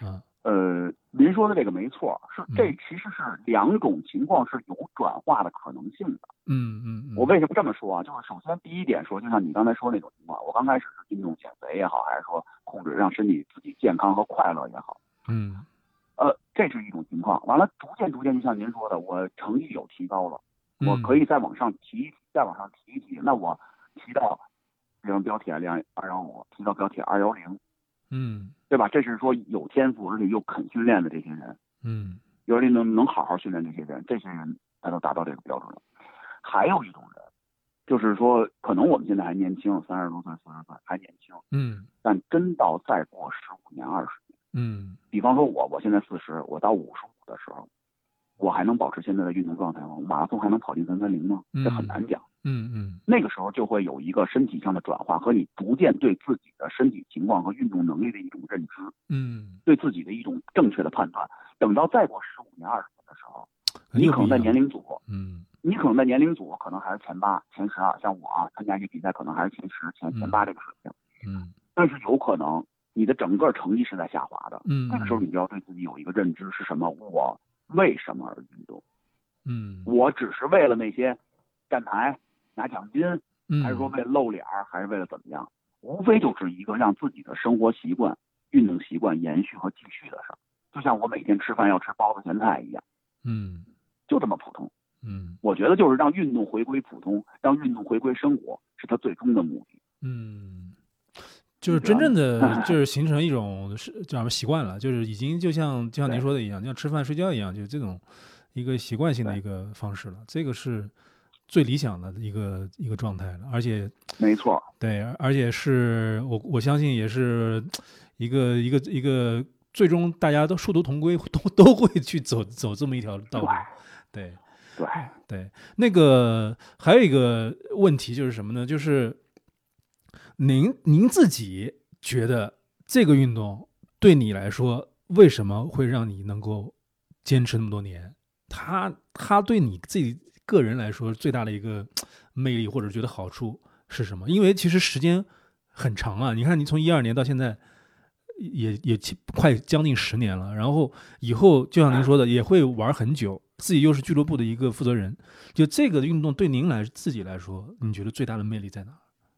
呃，您说的这个没错，是这其实是两种情况是有转化的可能性的。 嗯嗯嗯。 我为什么这么说啊？就是首先第一点说，就像你刚才说那种情况，我刚开始是运动减肥也好，还是说控制让身体自己健康和快乐也好， 嗯， 呃，这是一种情况。完了，逐渐逐渐，就像您说的，我成绩有提高了， 嗯我可以再往上提一提，再往上提一提。那我提到，比如标铁量二幺五，提到标铁二幺零， 嗯， 对吧？这是说有天赋而且又肯训练的这些人， 嗯， 有人能能好好训练这些人，这些人才能达到这个标准了。还有一种人，就是说，可能我们现在还年轻，三十多岁、四十岁还年轻， 嗯， 但真到再过十五年、二十年， 嗯， 比方说我，我现在四十，我到五十五的时候，我还能保持现在的运动状态吗？马拉松还能跑进三三零吗？这很难讲。 嗯嗯， 那个时候就会有一个身体上的转化和你逐渐对自己的身体情况和运动能力的一种认知， 嗯， 对自己的一种正确的判断。等到再过十五年、二十年的时候，你可能在年龄组， 嗯， 你可能在年龄组可能还是前八、前十二，像我啊，参加一个比赛可能还是前十、前前八这个水平， 嗯， 但是有可能你的整个成绩是在下滑的， 嗯， 这个时候你就要对自己有一个认知是什么？我为什么而运动？ 嗯， 我只是为了那些站台拿奖金， 嗯， 还是说为了露脸，还是为了怎么样？无非就是一个让自己的生活习惯、运动习惯延续和继续的事儿，就像我每天吃饭要吃包子咸菜一样， 嗯， 就这么普通。 嗯， 我觉得就是让运动回归普通，让运动回归生活，是他最终的目的。 嗯，就是真正的就是形成一种是叫什么习惯了，就是已经就像就像您说的一样，像吃饭睡觉一样，就这种一个习惯性的一个方式了。这个是最理想的一个一个状态了，而且没错， 对，而且是我我相信也是一个一个一个最终大家都殊途同归，都都会去走走这么一条道路。对对对，那个还有一个问题就是什么呢？就是您您自己觉得这个运动对你来说，为什么会让你能够坚持那么多年？它它对你自己个人来说最大的一个魅力或者觉得好处是什么？因为其实时间很长啊，你看你从一二年到现在也也快将近十年了，然后以后就像您说的也会玩很久，自己又是俱乐部的一个负责人，就这个运动对您来自己来说，你觉得最大的魅力在哪？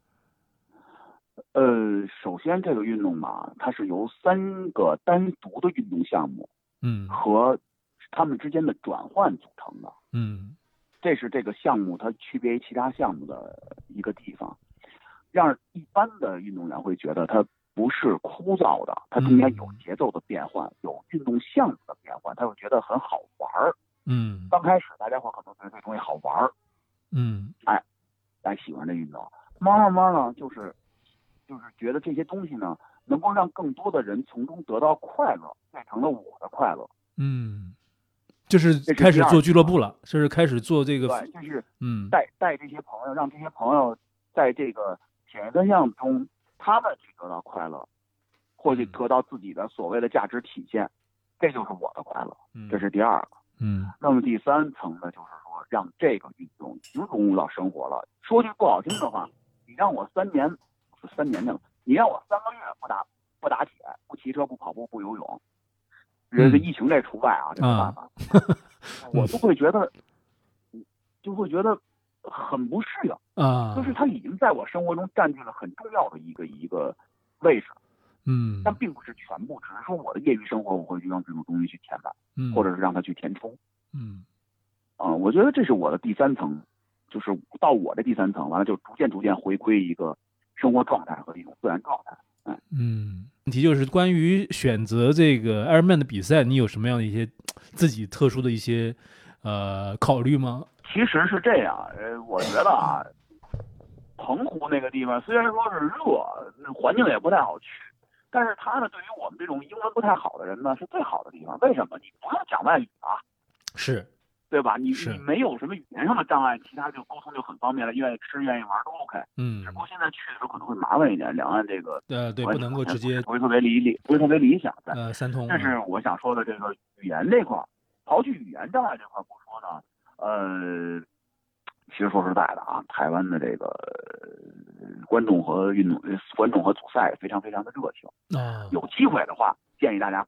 呃，首先这个运动嘛，它是由三个单独的运动项目， 嗯， 和它们之间的转换组成的， 嗯， 这是这个项目它区别于其他项目的一个地方，让一般的运动员会觉得它不是枯燥的，它中间有节奏的变换，有运动项目的变换，他会觉得很好玩儿。 嗯， 刚开始大家伙可能觉得这东西好玩儿， 嗯， 哎，来喜欢这运动，慢慢慢呢，就是就是觉得这些东西呢，能够让更多的人从中得到快乐，变成了我的快乐。 嗯，就是开始做俱乐部了，就是开始做这个， 对，就是嗯， 带带这些朋友，让这些朋友在这个铁人三项中，他们去得到快乐，或者得到自己的所谓的价值体现，这就是我的快乐。这是第二个。 嗯， 那么第三层呢，就是说让这个运动已经融入到生活了。说句不好听的话，你让我三年，不是三年的，你让我三个月不打不打铁、不骑车、不跑步、不游泳，这这疫情这除外啊，这没办法，我就会觉得，就会觉得很不适应啊， 就是它已经在我生活中占据了很重要的一个一个位置。 嗯， 但并不是全部，只是说我的业余生活我会去让这种东西去填满， 嗯， 或者是让它去填充， 嗯， 啊、呃，我觉得这是我的第三层，就是到我的第三层，完了就逐渐逐渐回归一个生活状态和一种自然状态。嗯嗯，问题就是关于选择这个 Ironman 的比赛，你有什么样的一些自己特殊的一些呃考虑吗？ 其实是这样，呃，我觉得啊，澎湖那个地方虽然说是热，环境也不太好去。但是它呢，对于我们这种英文不太好的人呢，是最好的地方。为什么？你不用讲外语啊， 是， 对吧？你你没有什么语言上的障碍，其他就沟通就很方便了。愿意吃愿意玩都 OK。 嗯。 只不过现在去的时候可能会麻烦一点，两岸这个呃对，不能够直接不是特别理理，不是特别理想。 呃，三通。 但是我想说的这个语言这块，刨去语言障碍这块不说呢，呃。其实说实在的啊，台湾的这个观众和运动观众和组赛非常非常的热情啊， 有机会的话，建议大家伙去体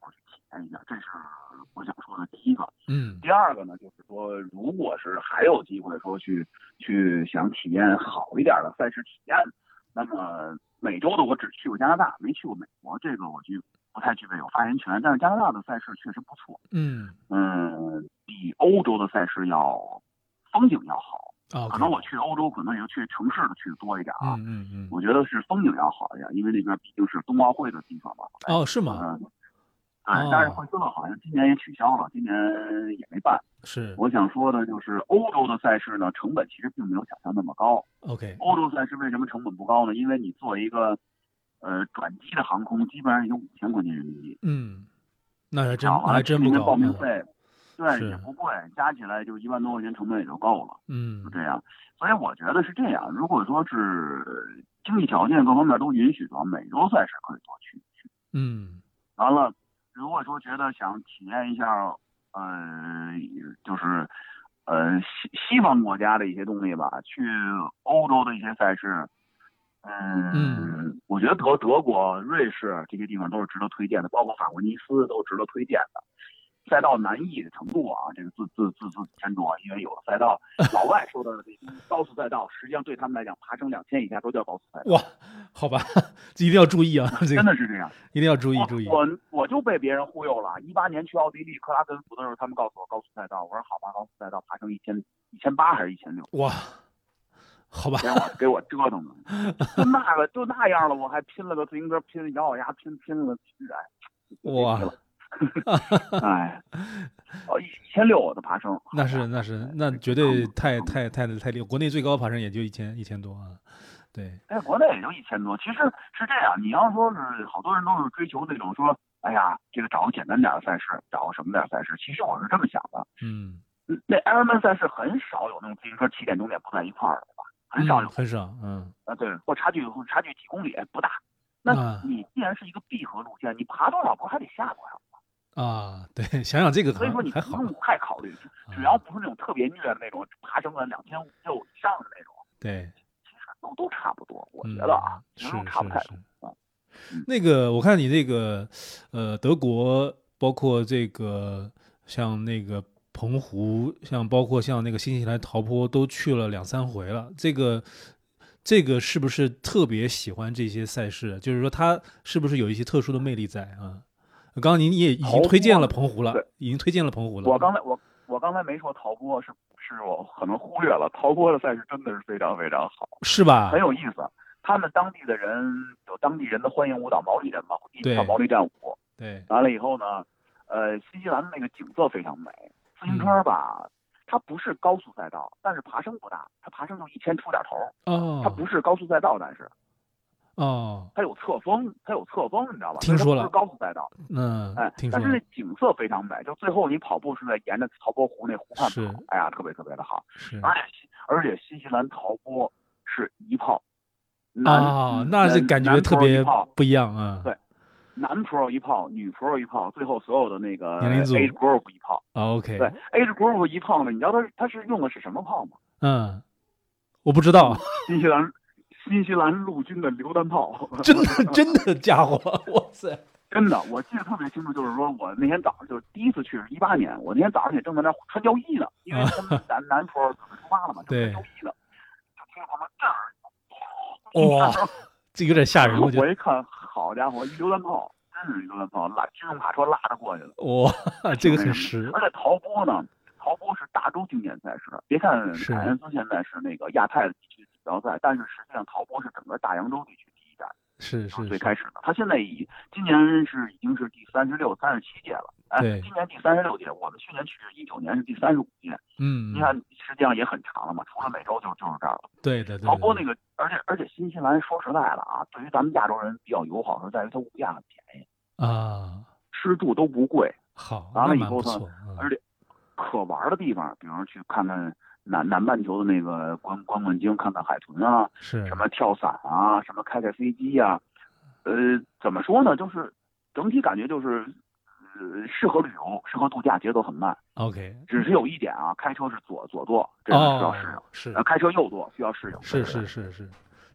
验一下，这是我想说的第一个。 嗯， 第二个呢，就是说，如果是还有机会说去去想体验好一点的赛事体验，那么美洲的我只去过加拿大，没去过美国，这个我就不太具备有发言权。但是加拿大的赛事确实不错， 嗯嗯，比欧洲的赛事要风景要好。 啊， 可能我去欧洲，可能也就去城市的去的多一点啊。 嗯嗯嗯， 我觉得是风景要好一点，因为那边毕竟是冬奥会的地方嘛。 哦，是吗？ 嗯，对，但是惠斯勒好像今年也取消了，今年也没办。 是， 我想说的就是欧洲的赛事呢，成本其实并没有想象那么高。 OK， 欧洲赛事为什么成本不高呢？因为你做一个呃转机的航空，基本上也就五千块钱人民币。 嗯，那还真啊， 还真不高。 报名费，对， 是也不贵，加起来就一万多块钱，成本也就够了。 嗯， 就这样。所以我觉得是这样，如果说是经济条件各方面都允许的话，美洲赛事可以多去去。 嗯， 完了，如果说觉得想体验一下，呃，就是呃西西方国家的一些东西吧，去欧洲的一些赛事，嗯， 嗯我觉得德德国、瑞士这些地方都是值得推荐的，包括法国尼斯都是值得推荐的。赛道难易的程度啊，这个自自自自斟酌，因为有的赛道，老外说的这个高速赛道，实际上对他们来讲，爬升两千以下都叫高速赛道。 哇，好吧，这一定要注意啊，这个真的是这样， 一定要注意注意。 我我就被别人忽悠了。一八年去奥地利克拉根福的时候，他们告诉我高速赛道，我说好吧，高速赛道爬升一千一千八还是一千六？ 哇，好吧， 给我给我折腾的，就那个就那样了，我还拼了个自行车，拼咬咬牙拼拼了，哎， 哇。 哎，哦，一一千六的爬升， 那是那是那绝对太太太太厉害，国内最高爬升也就一千一千多啊，对。 在国内也就一千多，其实是这样。你要说是好多人都是追求那种说，哎呀，这个找个简单点的赛事，找个什么点赛事。其实我是这么想的， 嗯， 那 Ironman 赛事很少有那种自行车起点终点不在一块儿的吧？很少有， 嗯、很少，嗯啊对，或差距或差距几公里不大。那你既然是一个闭合路线，你爬多少坡还得下多少坡。 啊，对，想想这个， 所以说你不用太考虑，只要不是那种特别虐的那种，爬升了两千五六以上的那种， 对， 其实都都差不多，我觉得啊， 是都差不太多啊。 那个，我看你那个，呃，德国，包括这个像那个澎湖，像包括像那个新西兰陶坡，都去了两三回了。这个，这个是不是特别喜欢这些赛事？就是说，它是不是有一些特殊的魅力在啊？刚刚您也已经推荐了澎湖了，已经推荐了澎湖了。 我刚才我我刚才没说陶波，是是我可能忽略了，陶波的赛事真的是非常非常好， 是吧？ 很有意思。他们当地的人有当地人的欢迎舞蹈，毛利人嘛，跳毛利战舞。 对。 完了以后呢，呃，新西兰的那个景色非常美。自行车吧，嗯、它不是高速赛道，但是爬升不大，它爬升就一千出点头。 哦。 它不是高速赛道，但是。 哦， 它有侧风，它有侧风，你知道吧？ 听说了， 不是高速赛道， 嗯， 哎， 听说了。 但是那景色非常美，就最后你跑步是在沿着陶波湖那湖畔跑，哎呀，特别特别的好。 是， 而且而且新西兰陶波是一炮， 啊，那是感觉特别不一样啊。 对，男 pro 一炮，女 pro 一炮，最后所有的那个年龄组 age group 一炮。 啊 OK， 对 age group 一炮呢，你知道它它是用的是什么炮吗？ 嗯，我不知道。 新西兰。新西兰陆军的榴弹炮， 真的真的家伙，哇塞！ 真的，我记得特别清楚，就是说我那天早上就第一次去是一八年，我那天早上也正在那穿胶衣呢，因为他们南南坡准备出发了嘛，正穿胶衣呢，就听他们这儿，哇，这有点吓人，我觉得。 我一看，好家伙，一榴弹炮，真是榴弹炮，拉军用卡车拉着过去了， 哇，这个很实。 而且陶波呢，陶波是大洲经典赛事，别看凯恩斯现在是那个亚太地区锦标赛，但是实际上陶波是整个大洋洲地区第一站， 是是最开始的。他现在已今年是已经是第三十六、三十七届了，哎，今年第三十六届，我们去年去一九年是第三十五届， 嗯， 你看实际上也很长了嘛，除了美洲就就是这儿了。 对对对。 陶波那个，而且而且新西兰说实在的啊，对于咱们亚洲人比较友好，是在于它物价很便宜啊， 吃住都不贵。 好， 完了以后呢， 嗯、 而且。可玩的地方，比如去看看南南半球的那个观观观鲸，看看海豚啊， 是什么跳伞啊，什么开开飞机啊，呃，怎么说呢？就是整体感觉就是，呃，适合旅游，适合度假，节奏很慢。 OK， 只是有一点啊，开车是左左舵，这个需要适应； 哦、是， 呃，开车右舵需要适应。 是是是是。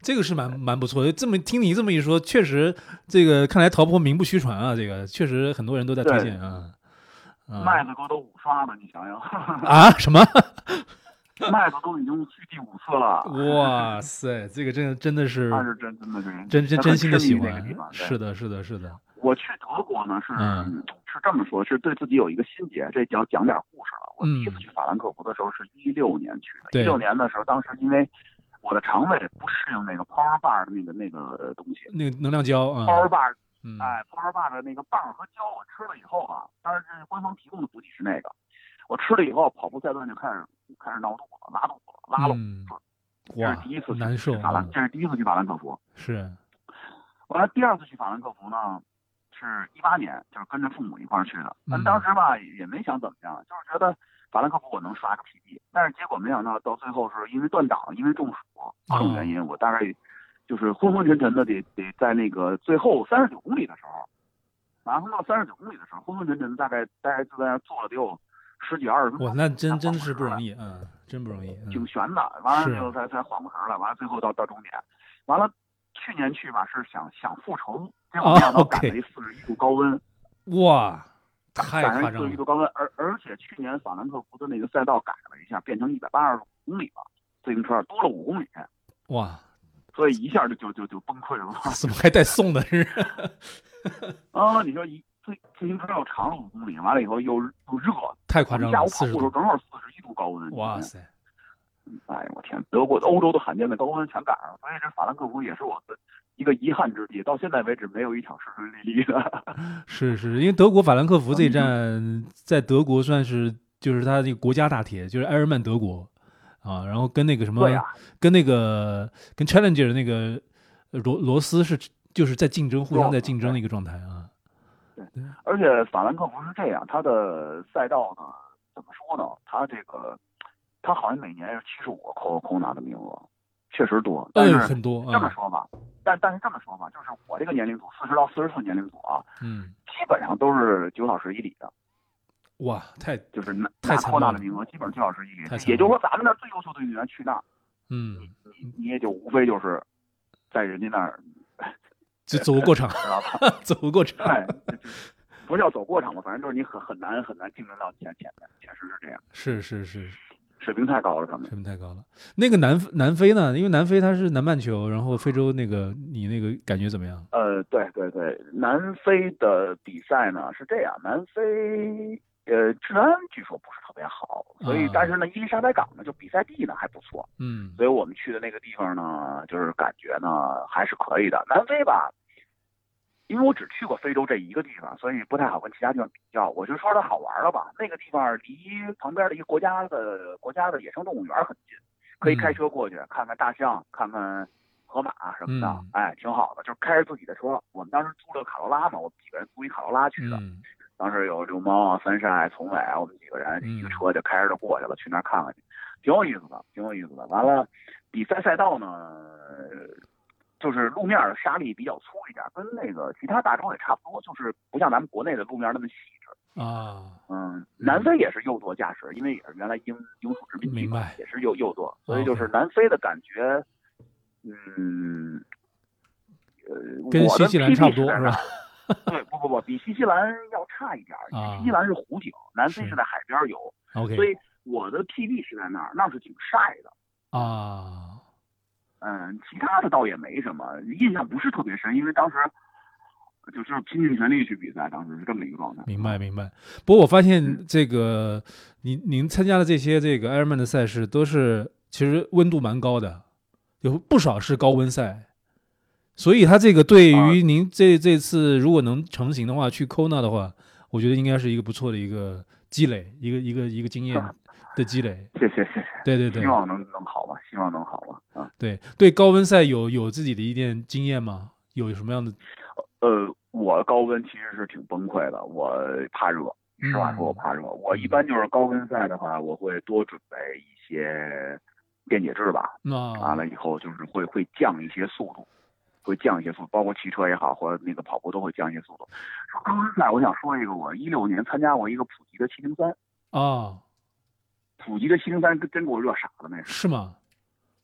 这个是蛮蛮不错的。这么听你这么一说，确实这个看来陶博名不虚传啊，这个确实很多人都在推荐啊。 啊麦子哥都五刷了，你想想啊？什么？ 麦子都已经去第五次了。 哇塞，这个真真的是， 他是真真的是真真真心的喜欢。 是的，是的，是的。 我去德国呢，是、嗯、是这么说，是对自己有一个心结，这讲讲点故事了。我第一次去法兰克福的时候是一六年去的，一、嗯、六年的时候，当时因为我的肠胃不适应那个 Power Bar 的那个那个东西， 那个能量胶啊、 嗯、，Power Bar，、 嗯、 哎 ，Power Bar 的那个棒和胶，我吃了以后啊，当然这官方提供的补给是那个，我吃了以后，跑步赛段就开始开始闹肚子，拉肚子，拉了五次。 嗯、 这是第一次难受， 法兰，这是第一次去法兰克福。 是， 完了第二次去法兰克福呢，是一八年，就是跟着父母一块儿去的。但嗯、 当时吧也没想怎么样，就是觉得法兰克福我能刷个 P B， 但是结果没想到到最后是因为断档，因为中暑各种原因，哦、我大概就是昏昏沉沉的得得在那个最后三十九公里的时候，马拉松到三十九公里的时候，昏昏沉沉的大概大概就在那坐了得有十几二十分钟。 哇，那真真是不容易，嗯，真不容易，嗯、 挺悬的。完了之后才才缓过神来，完了最后到到终点，完了去年去吧是想想复仇，结果没想到赶了一四十一度高温， 哇，太夸张了！ 四十一度高温，而而且去年法兰克福的那个赛道改了一下，变成一百八十五公里了，自行车多了五公里， 哇！ 所以一下就就就就崩溃了。 怎么还带送的是？ 啊，你说一自自行车又长了五公里，完了以后又又热， 太夸张了！ 下午跑步的时候正好四十一度高温， 哇塞！ 哎呀，我天！德国、欧洲的罕见的高温全赶上了，所以这法兰克福也是我的一个遗憾之地。到现在为止，没有一场顺顺利利的。 是是，因为德国法兰克福这一站在德国算是就是它这个国家大铁，就是埃尔曼德国啊，然后跟那个什么， 啊、 跟那个跟 Challenger 那个罗罗斯是就是在竞争，互相在竞争的一个状态啊。 对，而且法兰克福是这样，它的赛道呢，怎么说呢？它这个。他好像每年是七十五个扣扣拿的名额，确实多，但是很多。 这么说吧，嗯、但但是这么说吧，就是我这个年龄组，四十到四十岁年龄组啊， 嗯， 基本上都是九小时以里的。 哇，太就是拿太扣拿的名额，基本上九小时以里。也就是说，咱们那最优秀的运动员去那儿， 嗯， 你你也就无非就是在人家那儿就走个过场， 知道吧？ 走个过场。 哎，不是要走过场吧？反正就是你很很难很难竞争到前前面，确实是这样。 是是是。 水平太高了，他们水平太高了。那个南南非呢？因为南非它是南半球，然后非洲那个，你那个感觉怎么样？ 呃，对对对，南非的比赛呢是这样，南非呃治安据说不是特别好，所以、啊、但是呢伊丽莎白港呢就比赛地呢还不错， 嗯， 所以我们去的那个地方呢，就是感觉呢还是可以的。南非吧。因为我只去过非洲这一个地方，所以不太好跟其他地方比较。我就说它好玩了吧。那个地方离旁边的一个国家的国家的野生动物园很近，可以开车过去、嗯、看看大象，看看河马什么的， 嗯、 哎，挺好的。就是开着自己的车，我们当时租了卡罗拉嘛，我们几个人租一卡罗拉去的。 嗯、 当时有刘猫啊、三晒、丛伟啊，我们几个人一个车就开着就过去了，去那儿看看去，挺有意思的，挺有意思的。完了，比赛赛道呢？就是路面的沙粒比较粗一点，跟那个其他大洲也差不多，就是不像咱们国内的路面那么细致啊。 嗯，南非也是右舵驾驶，因为也是原来英英属殖民地，也是右右舵，所以就是南非的感觉，嗯，呃， 跟新西兰差不多是吧？ 对，不不不，比新西兰要差一点，因为新西兰是湖景，南非是在海边游， OK， 所以我的 P B 是在那儿，那是挺晒的啊。 嗯，其他的倒也没什么，印象不是特别深，因为当时就是拼尽全力去比赛，当时是这么一个状态。 明白明白。不过我发现这个，嗯、您您参加的这些这个 Ironman 的赛事，都是其实温度蛮高的，有不少是高温赛，所以它这个对于您这、啊、这次如果能成型的话，去 Kona 的话，我觉得应该是一个不错的一个积累，一个一个一个经验的积累。 谢谢谢谢。 对对对， 希望能能好吧，希望能好吧。啊， 对对，高温赛有有自己的一点经验吗？有什么样的？ 呃，我高温其实是挺崩溃的，我怕热。实话说，我怕热。嗯、我一般就是高温赛的话，我会多准备一些电解质吧。 啊， 完了以后就是会会降一些速度，会降一些速度，包括骑车也好，或者那个跑步都会降一些速度。说高温赛，我想说一个，我一六年参加过一个普及的七零三。 啊。 普及的七零三真给我热傻了，那是是吗？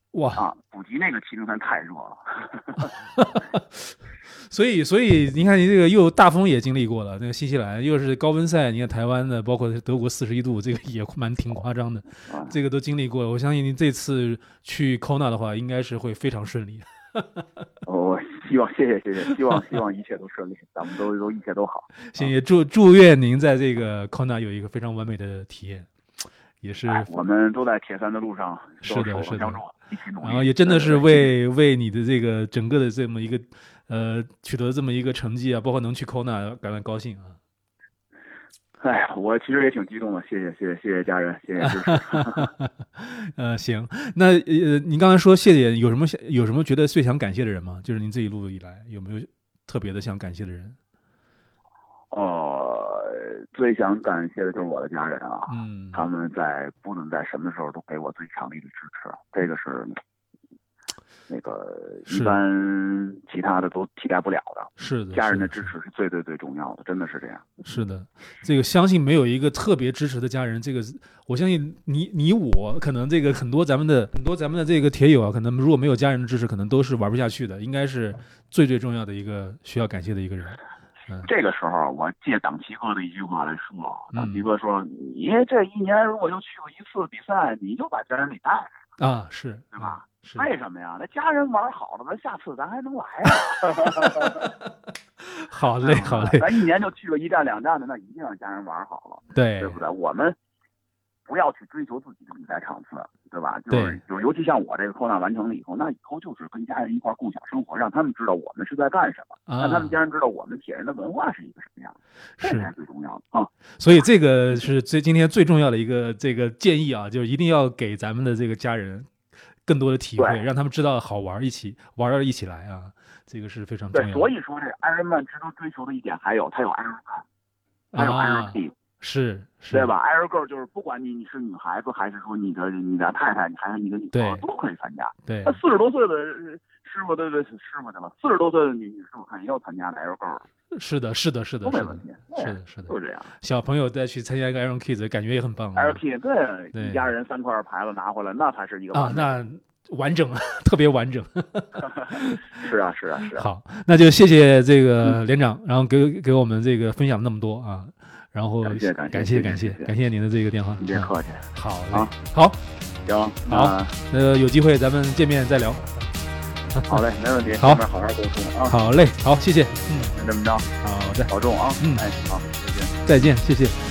哇啊，普吉那个七零三太热了。 所以，所以你看，你这个又大风也经历过了，那个新西兰又是高温赛，你看台湾的，包括德国四十一度，这个也蛮挺夸张的，这个都经历过了。我相信您这次去 Kona 的话，应该是会非常顺利。 我、哦、希望，谢谢谢谢，希望希望一切都顺利，咱们都都一切都好。 谢谢，祝祝愿您在这个 Kona 有一个非常完美的体验，也是、 哎、我们都在铁三的路上， 是的，是的， 一起努力， 然后也真的是为为你的这个整个的这么一个呃取得这么一个成绩啊，包括能去 Kona 感到高兴啊。 哎，我其实也挺激动的，谢谢谢谢谢谢家人，谢谢支持。 呃，行，那呃，您刚才说谢谢，有什么有什么觉得最想感谢的人吗？就是您这一路以来有没有特别的想感谢的人？ 呃，最想感谢的就是我的家人啊， 嗯， 他们在不论在什么时候都给我最强力的支持，这个是那个一般其他的都替代不了的。 是的， 家人的支持是最最最重要的，真的是这样。 是的，这个相信没有一个特别支持的家人，这个我相信你你我可能这个很多咱们的很多咱们的这个铁友啊，可能如果没有家人的支持，可能都是玩不下去的，应该是最最重要的一个需要感谢的一个人。嗯、 这个时候我借党旗哥的一句话来说，党旗哥说、嗯、你这一年如果就去过一次比赛，你就把家人给带来啊，是对吧？ 是为什么呀？那家人玩好了，咱下次咱还能来啊。 好嘞，好嘞。 咱一年就去个一站两站的，那一定让家人玩好了， 对， 对不对？我们不要去追求自己的比赛场次，对吧？就是就尤其像我这个 Kona 完成了以后，那以后就是跟家人一块共享生活，让他们知道我们是在干什么，啊、让他们家人知道我们铁人的文化是一个什么样，这才是最重要的啊。 所以这个是最今天最重要的一个这个建议啊，就是一定要给咱们的这个家人更多的体会，让他们知道好玩，一起玩儿一起来啊，这个是非常重要的。 对，所以说这 Ironman 值得追求的一点还有，它有 Iron Man， 还有 Iron Team。 啊是是， 对吧 ？Air Girl 就是不管你你是女孩子，还是说你的你的太太，你还是你的女朋友，都可以参加。 对， 那四十多岁的师傅，对对师傅去了，四十多岁的女女师傅看也要参加 Air Girl。 是的，是的，是的， 都没问题。 是的，是的， 就是这样。 小朋友再去参加一个 Iron Kids， 感觉也很棒。 Iron Kids 对，一家人三块牌子拿回来，那才是一个啊，那完整，特别完整。 是啊，是啊，是啊。 好，那就谢谢这个连长，然后给给我们这个分享那么多啊。然后感谢感谢感谢感谢您的这个电话， 您别客气。 好啊， 好， 行， 好，呃，有机会咱们见面再聊。 好嘞，没问题。 好， 好好沟通啊。 好嘞，好，谢谢。 嗯，就这么着。 好的， 保重啊。 嗯， 哎，好，再见。 再见，谢谢。